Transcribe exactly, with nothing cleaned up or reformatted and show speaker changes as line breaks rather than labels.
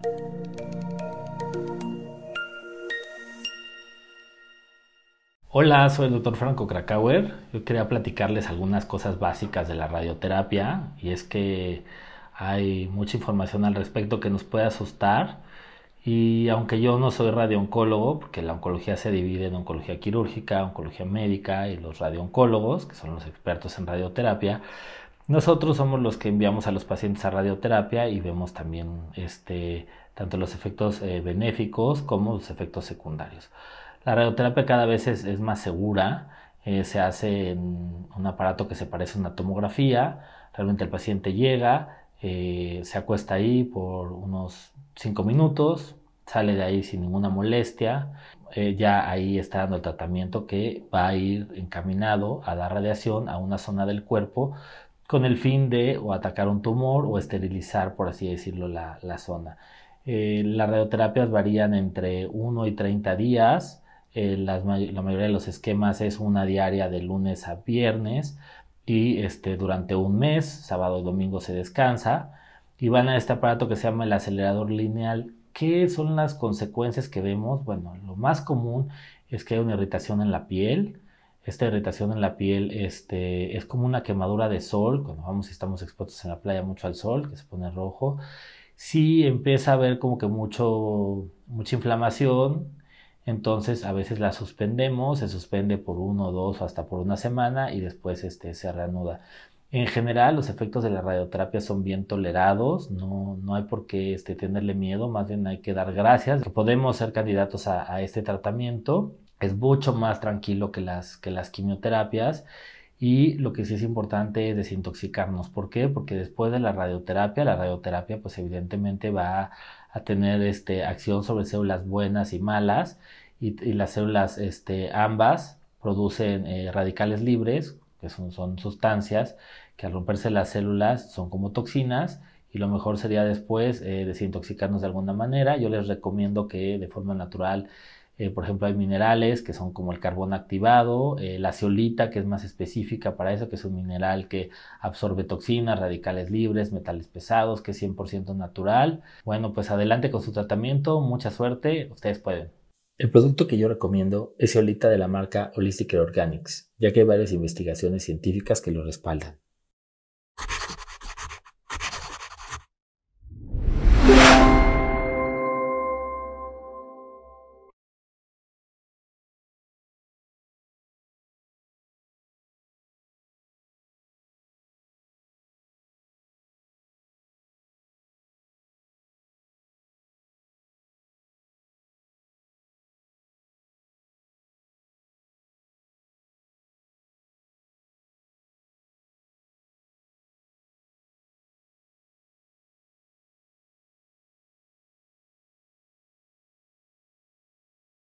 Hola, soy el doctor Franco Krakauer. Yo quería platicarles algunas cosas básicas de la radioterapia y es que hay mucha información al respecto que nos puede asustar y aunque yo no soy radiooncólogo, porque la oncología se divide en oncología quirúrgica, oncología médica y los radiooncólogos, que son los expertos en radioterapia, nosotros somos los que enviamos a los pacientes a radioterapia y vemos también este, tanto los efectos eh, benéficos como los efectos secundarios. La radioterapia cada vez es, es más segura, eh, se hace en un aparato que se parece a una tomografía, realmente el paciente llega, eh, se acuesta ahí por unos cinco minutos, sale de ahí sin ninguna molestia, eh, ya ahí está dando el tratamiento que va a ir encaminado a dar radiación a una zona del cuerpo con el fin de o atacar un tumor o esterilizar, por así decirlo, la, la zona. Eh, las radioterapias varían entre uno y treinta días. Eh, las, la mayoría de los esquemas es una diaria de lunes a viernes y este, durante un mes, sábado y domingo se descansa y van a este aparato que se llama el acelerador lineal. ¿Qué son las consecuencias que vemos? Bueno, lo más común es que hay una irritación en la piel. Esta irritación en la piel este, es como una quemadura de sol, cuando vamos y estamos expuestos en la playa mucho al sol, que se pone rojo. Sí empieza a haber como que mucho, mucha inflamación, entonces a veces la suspendemos, se suspende por uno, dos o hasta por una semana y después este, se reanuda. En general, los efectos de la radioterapia son bien tolerados, no, no hay por qué este, tenerle miedo, más bien hay que dar gracias, que podemos ser candidatos a, a este tratamiento. Es mucho más tranquilo que las, que las quimioterapias y lo que sí es importante es desintoxicarnos. ¿Por qué? Porque después de la radioterapia, la radioterapia pues evidentemente va a tener este, acción sobre células buenas y malas y, y las células este, ambas producen eh, radicales libres, que son, son sustancias que al romperse las células son como toxinas y lo mejor sería después eh, desintoxicarnos de alguna manera. Yo les recomiendo que de forma natural, eh, por ejemplo, hay minerales que son como el carbón activado, eh, la zeolita, que es más específica para eso, que es un mineral que absorbe toxinas, radicales libres, metales pesados, que es cien por ciento natural. Bueno, pues adelante con su tratamiento, mucha suerte, ustedes pueden. El producto que yo recomiendo es zeolita de la marca Holistic Organics, ya que hay varias investigaciones científicas que lo respaldan.